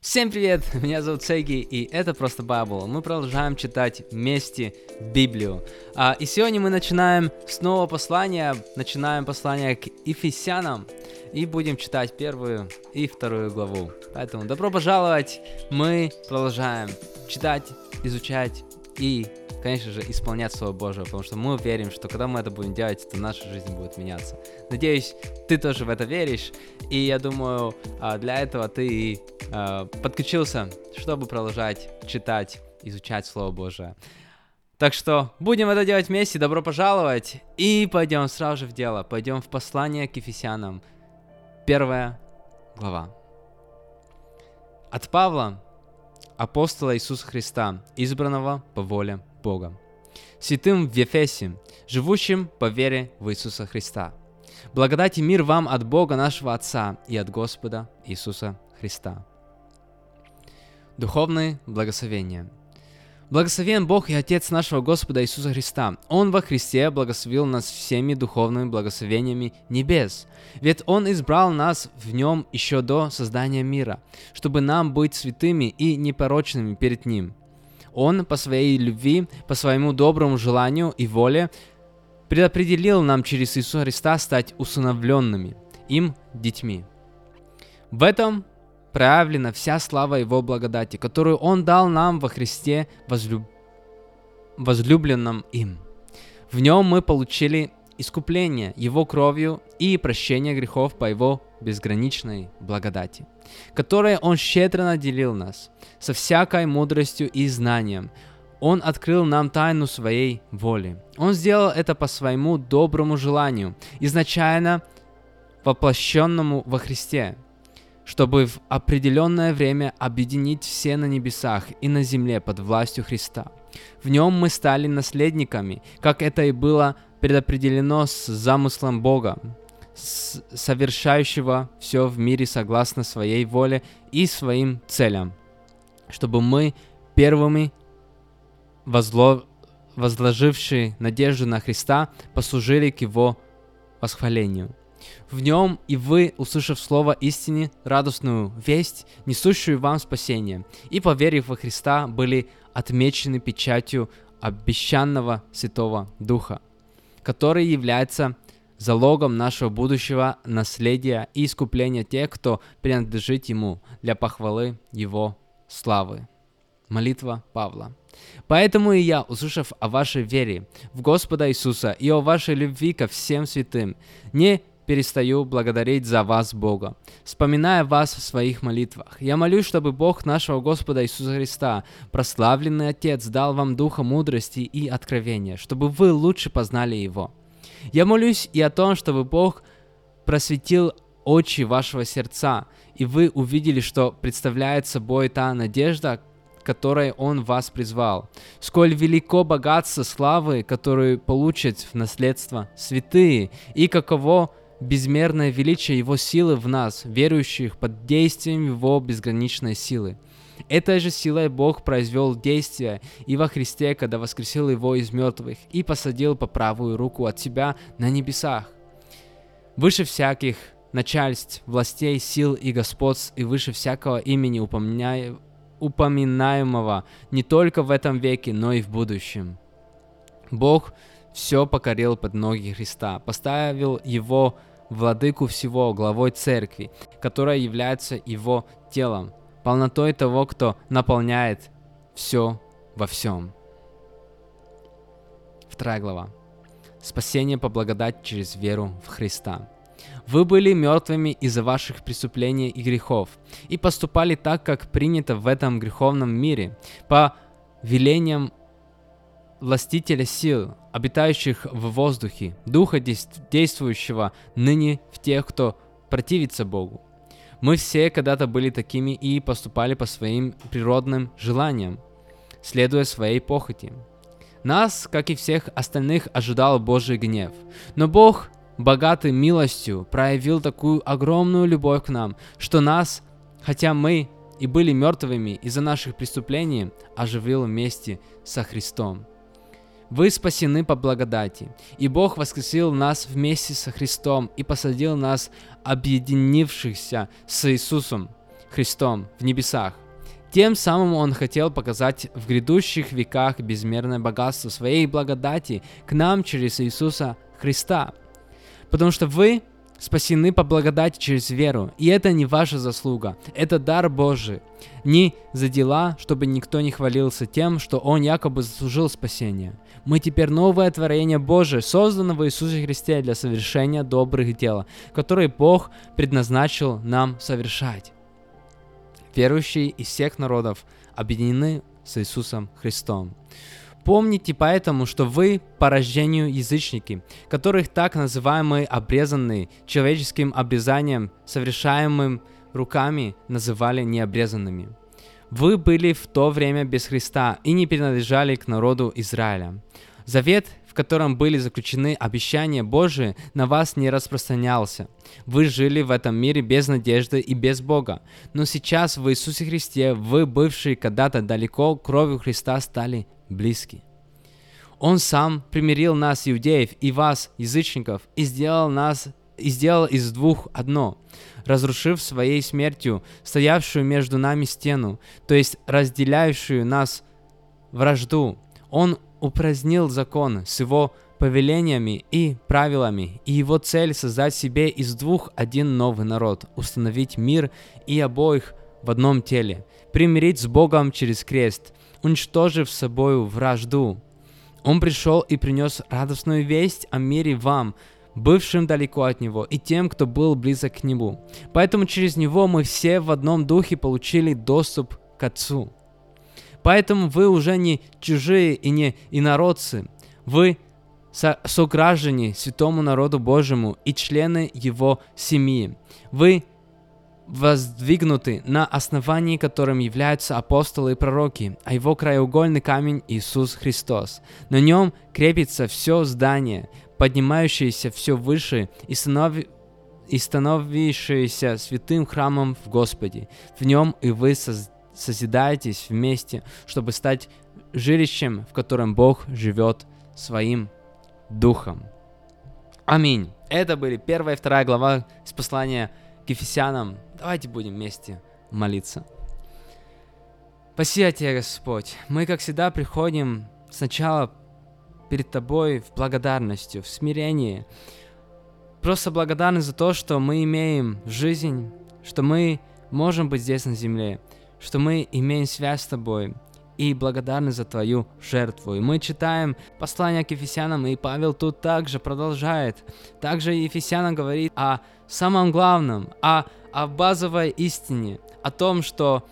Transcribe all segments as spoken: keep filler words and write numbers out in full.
Всем привет! Меня зовут Сейги, и это Просто Bible. Мы продолжаем читать вместе Библию. А, и сегодня мы начинаем снова послание, начинаем послание к Ефесянам, и будем читать первую и вторую главу. Поэтому добро пожаловать! Мы продолжаем читать, изучать и, конечно же, исполнять Слово Божие, потому что мы верим, что когда мы это будем делать, то наша жизнь будет меняться. Надеюсь, ты тоже в это веришь, и я думаю, для этого ты и подключился, чтобы продолжать читать, изучать Слово Божие. Так что будем это делать вместе, добро пожаловать, и пойдем сразу же в дело, пойдем в послание к Ефесянам, первая глава. От Павла, апостола Иисуса Христа, избранного по воле Бога, святым в Ефесе, живущим по вере в Иисуса Христа. Благодать и мир вам от Бога нашего Отца и от Господа Иисуса Христа. Духовные благословения. Благословен Бог и Отец нашего Господа Иисуса Христа. Он во Христе благословил нас всеми духовными благословениями небес. Ведь Он избрал нас в Нем еще до создания мира, чтобы нам быть святыми и непорочными перед Ним. Он по своей любви, по своему доброму желанию и воле предопределил нам через Иисуса Христа стать усыновленными им детьми. В этом проявлена вся слава Его благодати, которую Он дал нам во Христе, возлюб... возлюбленном им. В Нем мы получили искупление Его кровью и прощение грехов по Его безграничной благодати, которой Он щедро наделил нас, со всякой мудростью и знанием. Он открыл нам тайну Своей воли. Он сделал это по Своему доброму желанию, изначально воплощенному во Христе, чтобы в определенное время объединить все на небесах и на земле под властью Христа. В Нем мы стали наследниками, как это и было предопределено с замыслом Бога, совершающего все в мире согласно Своей воле и Своим целям, чтобы мы первыми, возло... возложившие надежду на Христа, послужили к Его восхвалению. В Нем и вы, услышав слово истины, радостную весть, несущую вам спасение, и, поверив во Христа, были отмечены печатью обещанного Святого Духа, который является залогом нашего будущего наследия и искупления тех, кто принадлежит Ему, для похвалы Его славы. Молитва Павла. Поэтому и я, услышав о вашей вере в Господа Иисуса и о вашей любви ко всем святым, не перестаю благодарить за вас Бога, вспоминая вас в своих молитвах. Я молюсь, чтобы Бог нашего Господа Иисуса Христа, прославленный Отец, дал вам духа мудрости и откровения, чтобы вы лучше познали Его. Я молюсь и о том, чтобы Бог просветил очи вашего сердца, и вы увидели, что представляет собой та надежда, которой Он вас призвал, сколь велико богатство славы, которую получат в наследство святые, и каково безмерное величие Его силы в нас, верующих под действием Его безграничной силы. Этой же силой Бог произвел действие и во Христе, когда воскресил Его из мертвых и посадил по правую руку от Себя на небесах, выше всяких начальств, властей, сил и господств, и выше всякого имени упоминая... упоминаемого не только в этом веке, но и в будущем. Бог все покорил под ноги Христа, поставил Его владыку всего, главой церкви, которая является Его телом, полнотой того, кто наполняет все во всем. Вторая глава. Спасение по благодати через веру в Христа. Вы были мертвыми из-за ваших преступлений и грехов, и поступали так, как принято в этом греховном мире, по велениям властителя сил, обитающих в воздухе, духа, действующего ныне в тех, кто противится Богу. Мы все когда-то были такими и поступали по своим природным желаниям, следуя своей похоти. Нас, как и всех остальных, ожидал Божий гнев, но Бог, богатый милостью, проявил такую огромную любовь к нам, что нас, хотя мы и были мертвыми из-за наших преступлений, оживил вместе со Христом. Вы спасены по благодати, и Бог воскресил нас вместе со Христом и посадил нас, объединившихся с Иисусом, Христом в небесах. Тем самым Он хотел показать в грядущих веках безмерное богатство своей благодати к нам через Иисуса Христа. Потому что вы спасены по благодати через веру, и это не ваша заслуга, это дар Божий. Не за дела, чтобы никто не хвалился тем, что он якобы заслужил спасение. Мы теперь новое творение Божие, создано в Иисусе Христе для совершения добрых дел, которые Бог предназначил нам совершать. Верующие из всех народов объединены с Иисусом Христом. Помните поэтому, что вы по рождению язычники, которых так называемые обрезанные человеческим обрезанием, совершаемым руками, называли необрезанными. Вы были в то время без Христа и не принадлежали к народу Израиля. Завет, в котором были заключены обещания Божии, на вас не распространялся. Вы жили в этом мире без надежды и без Бога. Но сейчас в Иисусе Христе вы, бывшие когда-то далеко, кровью Христа стали близки. Он сам примирил нас, иудеев, и вас, язычников, и сделал нас, и сделал из двух одно, разрушив своей смертью стоявшую между нами стену, то есть разделяющую нас вражду. Он упразднил закон с его повелениями и правилами, и его цель создать себе из двух один новый народ, установить мир и обоих в одном теле, примирить с Богом через крест, уничтожив собою вражду. Он пришел и принес радостную весть о мире вам, бывшим далеко от Него, и тем, кто был близок к Нему. Поэтому через Него мы все в одном духе получили доступ к Отцу. Поэтому вы уже не чужие и не инородцы, вы со- сограждане святому народу Божьему и члены Его семьи. Вы воздвигнуты на основании, которым являются апостолы и пророки, а его краеугольный камень Иисус Христос. На нем крепится все здание, поднимающееся все выше и, станов... и становящееся святым храмом в Господе. В нем и вы соз... созидаетесь вместе, чтобы стать жилищем, в котором Бог живет своим Духом. Аминь. Это были первая и вторая глава из послания к Ефесянам. Давайте будем вместе молиться. Спасибо тебе, Господь. Мы, как всегда, приходим сначала перед Тобой в благодарностью, в смирении. Просто благодарны за то, что мы имеем жизнь, что мы можем быть здесь на земле, что мы имеем связь с Тобой, и благодарны за Твою жертву. И мы читаем послание к Ефесянам, и Павел тут также продолжает. Также Ефесянам говорит о самом главном, о, о базовой истине, о том, что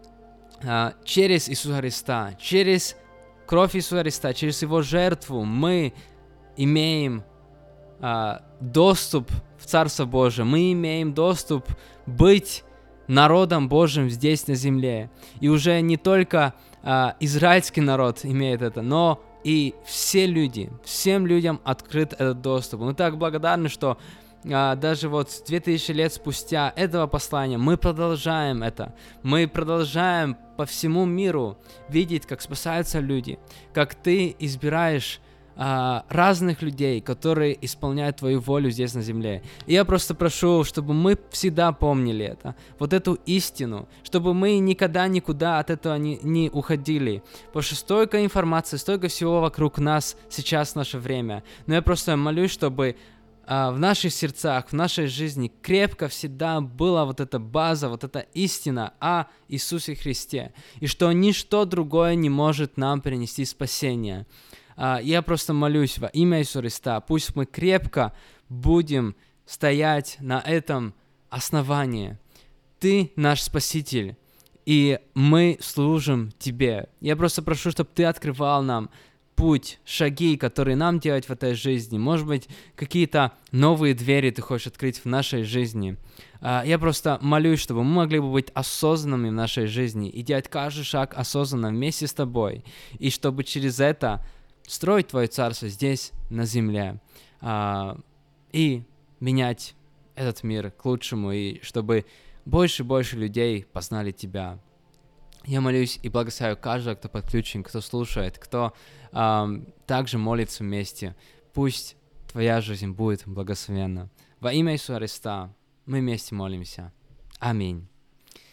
а, через Иисуса Христа, через кровь Иисуса Христа, через Его жертву мы имеем а, доступ в Царство Божие, мы имеем доступ быть народом Божьим здесь на земле. И уже не только а, израильский народ имеет это, но и все люди, всем людям открыт этот доступ. Мы так благодарны, что а, даже вот две тысячи лет спустя этого послания мы продолжаем это. Мы продолжаем по всему миру видеть, как спасаются люди, как Ты избираешь а, разных людей, которые исполняют Твою волю здесь на земле. И я просто прошу, чтобы мы всегда помнили это, вот эту истину, чтобы мы никогда никуда от этого не, не уходили. Потому что столько информации, столько всего вокруг нас сейчас в наше время. Но я просто молюсь, чтобы а, в наших сердцах, в нашей жизни крепко всегда была вот эта база, вот эта истина о Иисусе Христе. И что ничто другое не может нам принести спасение. Я просто молюсь во имя Иисуса Христа, пусть мы крепко будем стоять на этом основании. Ты наш Спаситель, и мы служим Тебе. Я просто прошу, чтобы Ты открывал нам путь, шаги, которые нам делать в этой жизни. Может быть, какие-то новые двери Ты хочешь открыть в нашей жизни. Я просто молюсь, чтобы мы могли бы быть осознанными в нашей жизни и делать каждый шаг осознанно вместе с Тобой. И чтобы через это строить Твое Царство здесь, на земле, а, и менять этот мир к лучшему, и чтобы больше и больше людей познали Тебя. Я молюсь и благословляю каждого, кто подключен, кто слушает, кто а, также молится вместе. Пусть Твоя жизнь будет благословенна. Во имя Иисуса Христа мы вместе молимся. Аминь.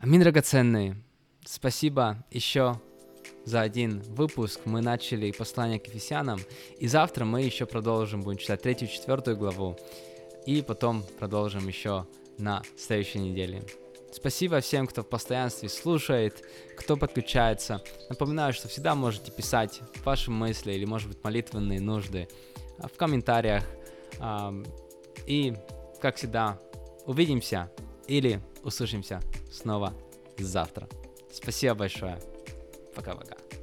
Аминь, драгоценные. Спасибо еще за один выпуск. Мы начали послание к Ефесянам, и завтра мы еще продолжим, будем читать третью, четвертую главу, и потом продолжим еще на следующей неделе. Спасибо всем, кто в постоянстве слушает, кто подключается. Напоминаю, что всегда можете писать ваши мысли или, может быть, молитвенные нужды в комментариях. И, как всегда, увидимся или услышимся снова завтра. Спасибо большое. Пока-пока.